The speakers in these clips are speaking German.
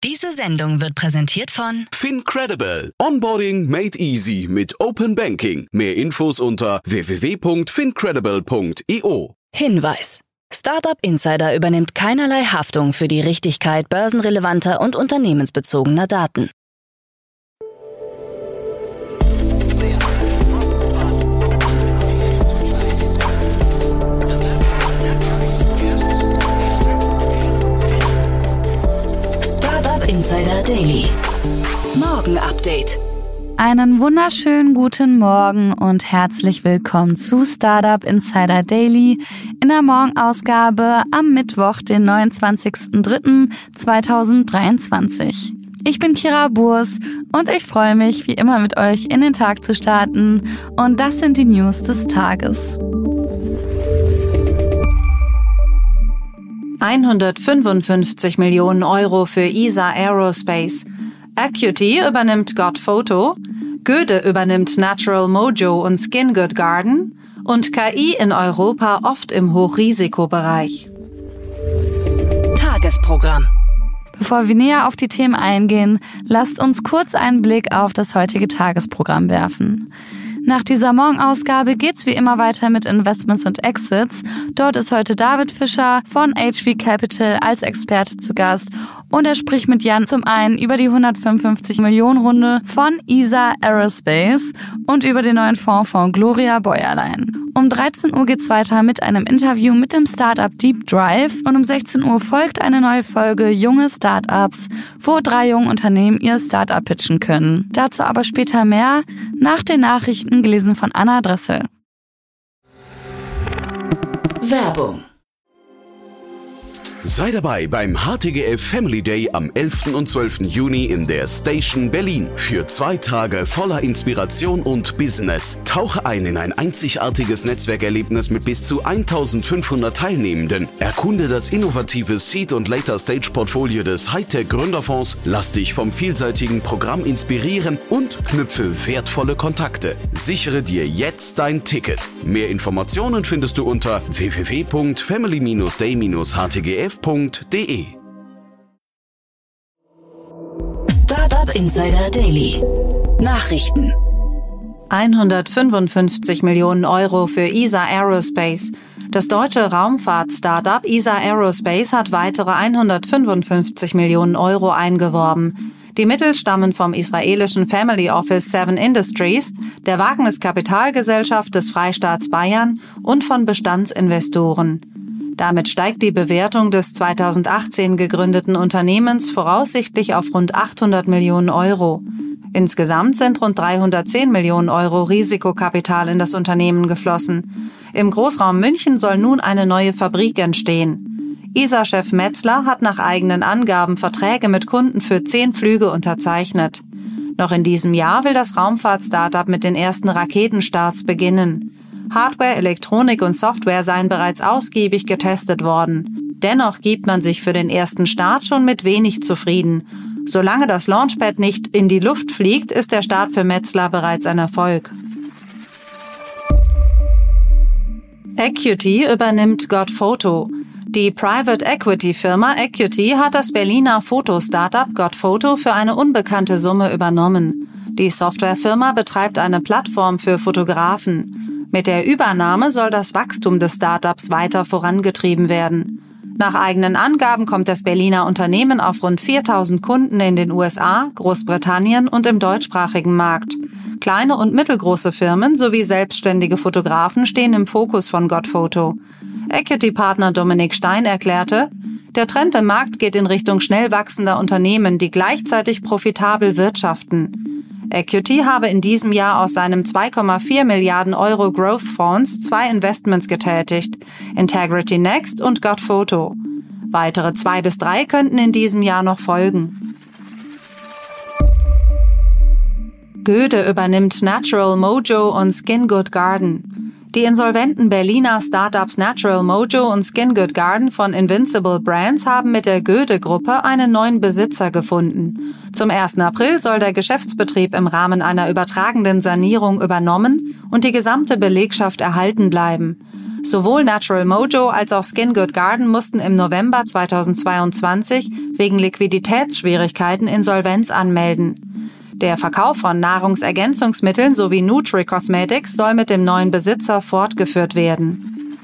Diese Sendung wird präsentiert von FinCredible. Onboarding made easy mit Open Banking. Mehr Infos unter www.fincredible.io. Hinweis: Startup Insider übernimmt keinerlei Haftung für die Richtigkeit börsenrelevanter und unternehmensbezogener Daten. Startup Insider Daily. Morgen Update. Einen wunderschönen guten Morgen und herzlich willkommen zu Startup Insider Daily in der Morgenausgabe am Mittwoch, den 29.03.2023. Ich bin Kira Burs und ich freue mich, wie immer mit euch in den Tag zu starten. Und das sind die News des Tages. 155 Millionen Euro für ESA Aerospace. Acuity übernimmt GodPhoto, Göde übernimmt Natural Mojo und Skin Good Garden und KI in Europa oft im Hochrisikobereich. Tagesprogramm. Bevor wir näher auf die Themen eingehen, lasst uns kurz einen Blick auf das heutige Tagesprogramm werfen. Nach dieser Morgenausgabe geht's wie immer weiter mit Investments und Exits. Dort ist heute David Fischer von HV Capital als Experte zu Gast und er spricht mit Jan zum einen über die 155 Millionen Runde von ESA Aerospace und über den neuen Fonds von Gloria Bäuerlein. Um 13 Uhr geht's weiter mit einem Interview mit dem Startup Deep Drive und um 16 Uhr folgt eine neue Folge Junge Startups, wo 3 junge Unternehmen ihr Startup pitchen können. Dazu aber später mehr, nach den Nachrichten gelesen von Anna Dressel. Werbung. Sei dabei beim HTGF Family Day am 11. und 12. Juni in der Station Berlin. Für 2 Tage voller Inspiration und Business. Tauche ein in ein einzigartiges Netzwerkerlebnis mit bis zu 1500 Teilnehmenden. Erkunde das innovative Seed- und Later-Stage-Portfolio des Hightech-Gründerfonds. Lass dich vom vielseitigen Programm inspirieren und knüpfe wertvolle Kontakte. Sichere dir jetzt dein Ticket. Mehr Informationen findest du unter www.family-day-htgf.de. Startup Insider Daily. Nachrichten. 155 Millionen Euro für ESA Aerospace. Das deutsche Raumfahrt-Startup ESA Aerospace hat weitere 155 Millionen Euro eingeworben. Die Mittel stammen vom israelischen Family Office 7 Industries, der Wagniskapitalgesellschaft des Freistaats Bayern und von Bestandsinvestoren. Damit steigt die Bewertung des 2018 gegründeten Unternehmens voraussichtlich auf rund 800 Millionen Euro. Insgesamt sind rund 310 Millionen Euro Risikokapital in das Unternehmen geflossen. Im Großraum München soll nun eine neue Fabrik entstehen. ESA-Chef Metzler hat nach eigenen Angaben Verträge mit Kunden für 10 Flüge unterzeichnet. Noch in diesem Jahr will das Raumfahrt-Startup mit den ersten Raketenstarts beginnen. Hardware, Elektronik und Software seien bereits ausgiebig getestet worden. Dennoch gibt man sich für den ersten Start schon mit wenig zufrieden. Solange das Launchpad nicht in die Luft fliegt, ist der Start für Metzler bereits ein Erfolg. Acuity übernimmt GodPhoto. Die Private Equity Firma Acuity hat das Berliner Foto-Startup GodPhoto für eine unbekannte Summe übernommen. Die Softwarefirma betreibt eine Plattform für Fotografen. Mit der Übernahme soll das Wachstum des Startups weiter vorangetrieben werden. Nach eigenen Angaben kommt das Berliner Unternehmen auf rund 4000 Kunden in den USA, Großbritannien und im deutschsprachigen Markt. Kleine und mittelgroße Firmen sowie selbstständige Fotografen stehen im Fokus von GodPhoto. Equity-Partner Dominik Stein erklärte, der Trend im Markt geht in Richtung schnell wachsender Unternehmen, die gleichzeitig profitabel wirtschaften. Acuity habe in diesem Jahr aus seinem 2,4 Milliarden Euro Growth Fonds 2 Investments getätigt, Integrity Next und GodPhoto. Weitere 2 bis 3 könnten in diesem Jahr noch folgen. Göde übernimmt Natural Mojo und Skin Good Garden. Die insolventen Berliner Startups Natural Mojo und Skin Good Garden von Invincible Brands haben mit der Göde-Gruppe einen neuen Besitzer gefunden. Zum 1. April soll der Geschäftsbetrieb im Rahmen einer übertragenden Sanierung übernommen und die gesamte Belegschaft erhalten bleiben. Sowohl Natural Mojo als auch Skin Good Garden mussten im November 2022 wegen Liquiditätsschwierigkeiten Insolvenz anmelden. Der Verkauf von Nahrungsergänzungsmitteln sowie Nutri-Cosmetics soll mit dem neuen Besitzer fortgeführt werden.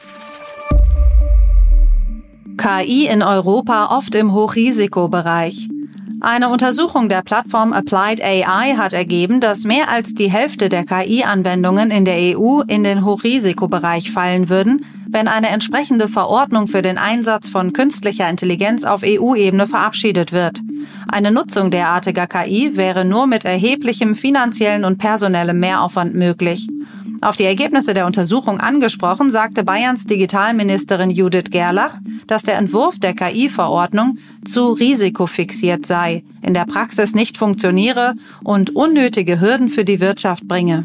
KI in Europa oft im Hochrisikobereich. Eine Untersuchung der Plattform Applied AI hat ergeben, dass mehr als die Hälfte der KI-Anwendungen in der EU in den Hochrisikobereich fallen würden, wenn eine entsprechende Verordnung für den Einsatz von künstlicher Intelligenz auf EU-Ebene verabschiedet wird. Eine Nutzung derartiger KI wäre nur mit erheblichem finanziellen und personellem Mehraufwand möglich. Auf die Ergebnisse der Untersuchung angesprochen, sagte Bayerns Digitalministerin Judith Gerlach, dass der Entwurf der KI-Verordnung zu risikofixiert sei, in der Praxis nicht funktioniere und unnötige Hürden für die Wirtschaft bringe.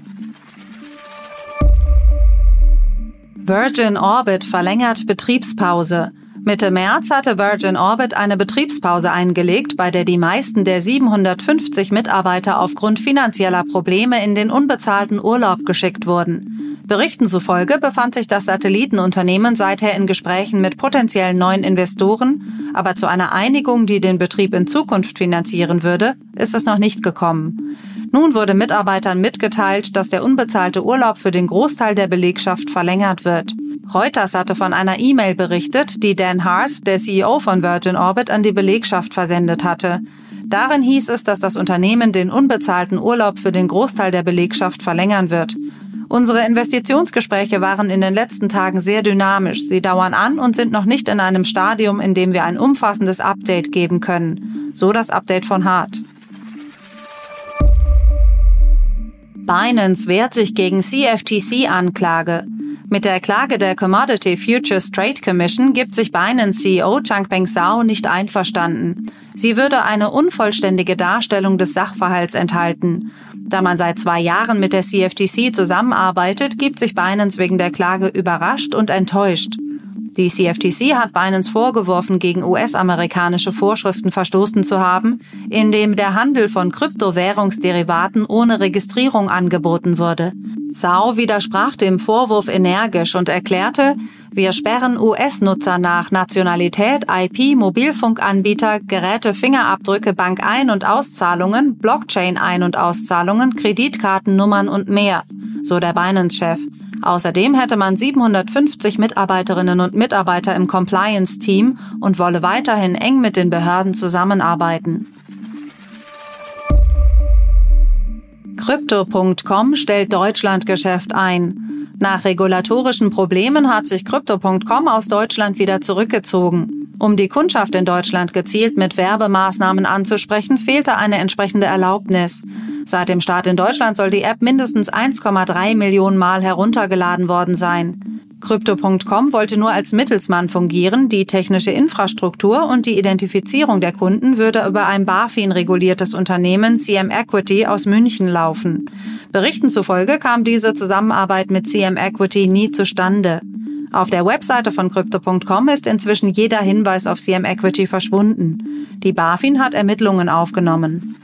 Virgin Orbit verlängert Betriebspause. Mitte März hatte Virgin Orbit eine Betriebspause eingelegt, bei der die meisten der 750 Mitarbeiter aufgrund finanzieller Probleme in den unbezahlten Urlaub geschickt wurden. Berichten zufolge befand sich das Satellitenunternehmen seither in Gesprächen mit potenziellen neuen Investoren, aber zu einer Einigung, die den Betrieb in Zukunft finanzieren würde, ist es noch nicht gekommen. Nun wurde Mitarbeitern mitgeteilt, dass der unbezahlte Urlaub für den Großteil der Belegschaft verlängert wird. Reuters hatte von einer E-Mail berichtet, die Dan Hart, der CEO von Virgin Orbit, an die Belegschaft versendet hatte. Darin hieß es, dass das Unternehmen den unbezahlten Urlaub für den Großteil der Belegschaft verlängern wird. Unsere Investitionsgespräche waren in den letzten Tagen sehr dynamisch. Sie dauern an und sind noch nicht in einem Stadium, in dem wir ein umfassendes Update geben können. So das Update von Hart. Binance wehrt sich gegen CFTC-Anklage. Mit der Klage der Commodity Futures Trade Commission gibt sich Binance-CEO Changpeng Zhao nicht einverstanden. Sie würde eine unvollständige Darstellung des Sachverhalts enthalten. Da man seit 2 Jahren mit der CFTC zusammenarbeitet, gibt sich Binance wegen der Klage überrascht und enttäuscht. Die CFTC hat Binance vorgeworfen, gegen US-amerikanische Vorschriften verstoßen zu haben, indem der Handel von Kryptowährungsderivaten ohne Registrierung angeboten wurde. Zhao widersprach dem Vorwurf energisch und erklärte, wir sperren US-Nutzer nach Nationalität, IP, Mobilfunkanbieter, Geräte, Fingerabdrücke, Bank-Ein- und Auszahlungen, Blockchain-Ein- und Auszahlungen, Kreditkartennummern und mehr, so der Binance-Chef. Außerdem hätte man 750 Mitarbeiterinnen und Mitarbeiter im Compliance-Team und wolle weiterhin eng mit den Behörden zusammenarbeiten. Crypto.com stellt Deutschlandgeschäft ein. Nach regulatorischen Problemen hat sich Crypto.com aus Deutschland wieder zurückgezogen. Um die Kundschaft in Deutschland gezielt mit Werbemaßnahmen anzusprechen, fehlte eine entsprechende Erlaubnis. Seit dem Start in Deutschland soll die App mindestens 1,3 Millionen Mal heruntergeladen worden sein. Crypto.com wollte nur als Mittelsmann fungieren, die technische Infrastruktur und die Identifizierung der Kunden würde über ein BaFin-reguliertes Unternehmen CM Equity aus München laufen. Berichten zufolge kam diese Zusammenarbeit mit CM Equity nie zustande. Auf der Webseite von Crypto.com ist inzwischen jeder Hinweis auf CM Equity verschwunden. Die BaFin hat Ermittlungen aufgenommen.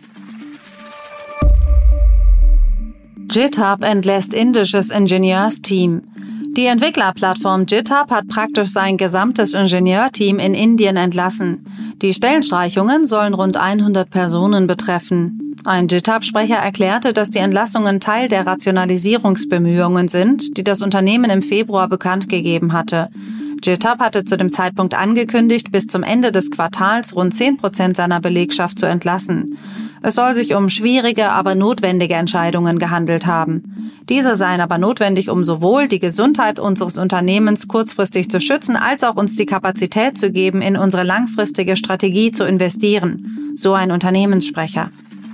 GitHub entlässt indisches Ingenieursteam. Die Entwicklerplattform GitHub hat praktisch sein gesamtes Ingenieurteam in Indien entlassen. Die Stellenstreichungen sollen rund 100 Personen betreffen. Ein GitHub-Sprecher erklärte, dass die Entlassungen Teil der Rationalisierungsbemühungen sind, die das Unternehmen im Februar bekannt gegeben hatte. GitHub hatte zu dem Zeitpunkt angekündigt, bis zum Ende des Quartals rund 10% seiner Belegschaft zu entlassen. Es soll sich um schwierige, aber notwendige Entscheidungen gehandelt haben. Diese seien aber notwendig, um sowohl die Gesundheit unseres Unternehmens kurzfristig zu schützen, als auch uns die Kapazität zu geben, in unsere langfristige Strategie zu investieren, so ein Unternehmenssprecher.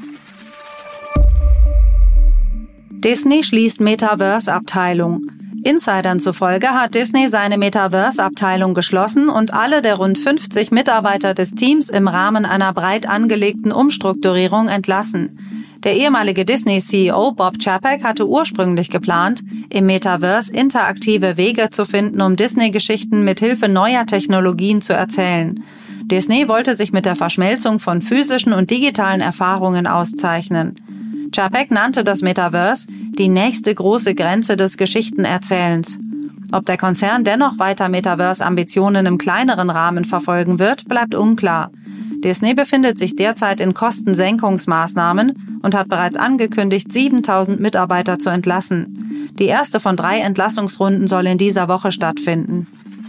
Disney schließt Metaverse-Abteilung. Insidern zufolge hat Disney seine Metaverse-Abteilung geschlossen und alle der rund 50 Mitarbeiter des Teams im Rahmen einer breit angelegten Umstrukturierung entlassen. Der ehemalige Disney-CEO Bob Chapek hatte ursprünglich geplant, im Metaverse interaktive Wege zu finden, um Disney-Geschichten mit Hilfe neuer Technologien zu erzählen. Disney wollte sich mit der Verschmelzung von physischen und digitalen Erfahrungen auszeichnen. Chapek nannte das Metaverse die nächste große Grenze des Geschichtenerzählens. Ob der Konzern dennoch weiter Metaverse-Ambitionen im kleineren Rahmen verfolgen wird, bleibt unklar. Disney befindet sich derzeit in Kostensenkungsmaßnahmen und hat bereits angekündigt, 7.000 Mitarbeiter zu entlassen. Die erste von 3 Entlassungsrunden soll in dieser Woche stattfinden.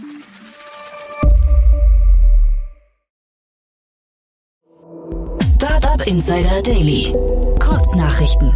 Startup Insider Daily. Kurznachrichten.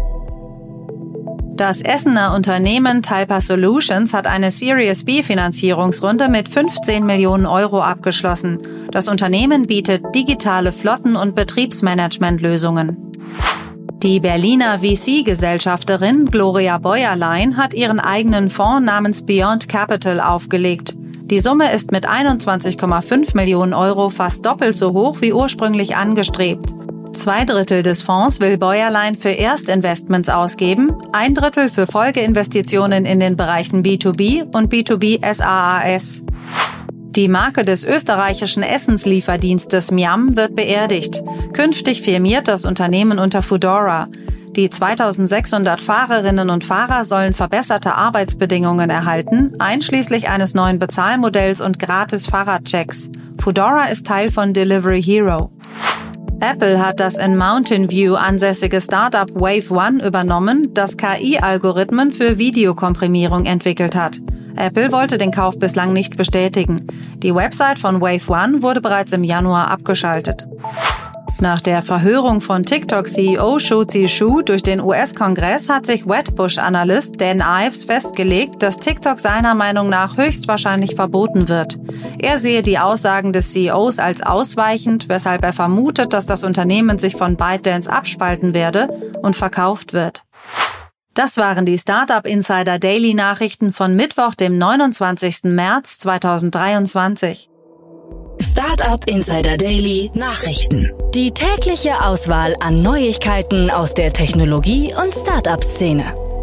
Das Essener Unternehmen Talpa Solutions hat eine Series B Finanzierungsrunde mit 15 Millionen Euro abgeschlossen. Das Unternehmen bietet digitale Flotten- und Betriebsmanagementlösungen. Die Berliner VC-Gesellschafterin Gloria Bäuerlein hat ihren eigenen Fonds namens Beyond Capital aufgelegt. Die Summe ist mit 21,5 Millionen Euro fast doppelt so hoch wie ursprünglich angestrebt. 2/3 des Fonds will Bäuerlein für Erstinvestments ausgeben, 1/3 für Folgeinvestitionen in den Bereichen B2B und B2B SaaS. Die Marke des österreichischen Essenslieferdienstes Miam wird beerdigt. Künftig firmiert das Unternehmen unter Foodora. Die 2600 Fahrerinnen und Fahrer sollen verbesserte Arbeitsbedingungen erhalten, einschließlich eines neuen Bezahlmodells und gratis Fahrradchecks. Foodora ist Teil von Delivery Hero. Apple hat das in Mountain View ansässige Startup Wave One übernommen, das KI-Algorithmen für Videokomprimierung entwickelt hat. Apple wollte den Kauf bislang nicht bestätigen. Die Website von Wave One wurde bereits im Januar abgeschaltet. Nach der Verhörung von TikTok-CEO Shou Zi Chew durch den US-Kongress hat sich Wedbush-Analyst Dan Ives festgelegt, dass TikTok seiner Meinung nach höchstwahrscheinlich verboten wird. Er sehe die Aussagen des CEOs als ausweichend, weshalb er vermutet, dass das Unternehmen sich von ByteDance abspalten werde und verkauft wird. Das waren die Startup Insider Daily Nachrichten von Mittwoch, dem 29. März 2023. Startup Insider Daily Nachrichten. Die tägliche Auswahl an Neuigkeiten aus der Technologie- und Startup-Szene.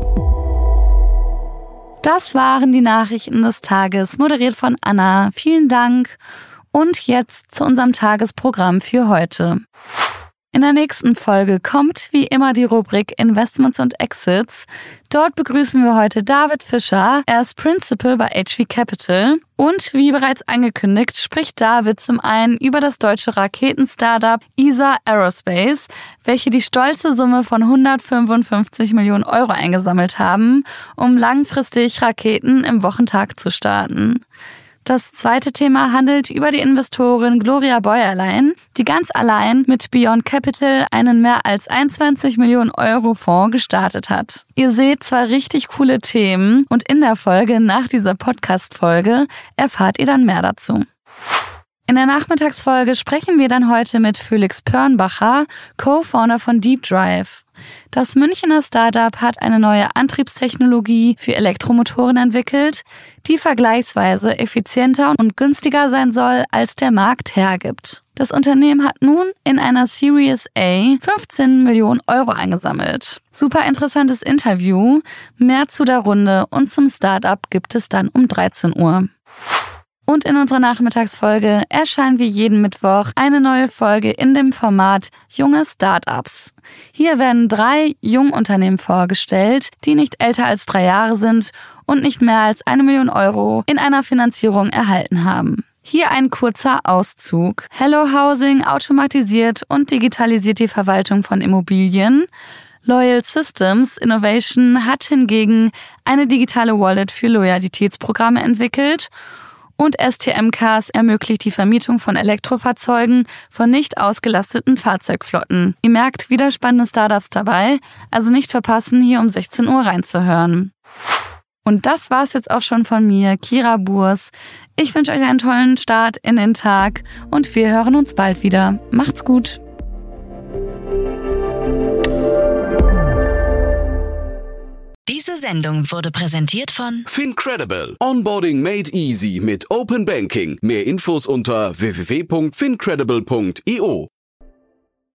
Das waren die Nachrichten des Tages, moderiert von Anna. Vielen Dank. Und jetzt zu unserem Tagesprogramm für heute. In der nächsten Folge kommt wie immer die Rubrik Investments und Exits. Dort begrüßen wir heute David Fischer. Er ist Principal bei HV Capital. Und wie bereits angekündigt, spricht David zum einen über das deutsche Raketen-Startup ESA Aerospace, welche die stolze Summe von 155 Millionen Euro eingesammelt haben, um langfristig Raketen im Wochentakt zu starten. Das zweite Thema handelt über die Investorin Gloria Bäuerlein, die ganz allein mit Beyond Capital einen mehr als 21 Millionen Euro Fonds gestartet hat. Ihr seht zwei richtig coole Themen und in der Folge nach dieser Podcast-Folge erfahrt ihr dann mehr dazu. In der Nachmittagsfolge sprechen wir dann heute mit Felix Pörnbacher, Co-Founder von Deep Drive. Das Münchner Startup hat eine neue Antriebstechnologie für Elektromotoren entwickelt, die vergleichsweise effizienter und günstiger sein soll, als der Markt hergibt. Das Unternehmen hat nun in einer Series A 15 Millionen Euro eingesammelt. Super interessantes Interview. Mehr zu der Runde und zum Startup gibt es dann um 13 Uhr. Und in unserer Nachmittagsfolge erscheint wie jeden Mittwoch eine neue Folge in dem Format Junge Startups. Hier werden 3 Jungunternehmen vorgestellt, die nicht älter als 3 Jahre sind und nicht mehr als 1 Million Euro in einer Finanzierung erhalten haben. Hier ein kurzer Auszug. Hello Housing automatisiert und digitalisiert die Verwaltung von Immobilien. Loyal Systems Innovation hat hingegen eine digitale Wallet für Loyalitätsprogramme entwickelt. Und STM Cars ermöglicht die Vermietung von Elektrofahrzeugen von nicht ausgelasteten Fahrzeugflotten. Ihr merkt, wieder spannende Startups dabei, also nicht verpassen, hier um 16 Uhr reinzuhören. Und das war's jetzt auch schon von mir, Kira Burs. Ich wünsche euch einen tollen Start in den Tag und wir hören uns bald wieder. Macht's gut! Diese Sendung wurde präsentiert von Fincredible. Onboarding made easy mit Open Banking. Mehr Infos unter www.fincredible.io.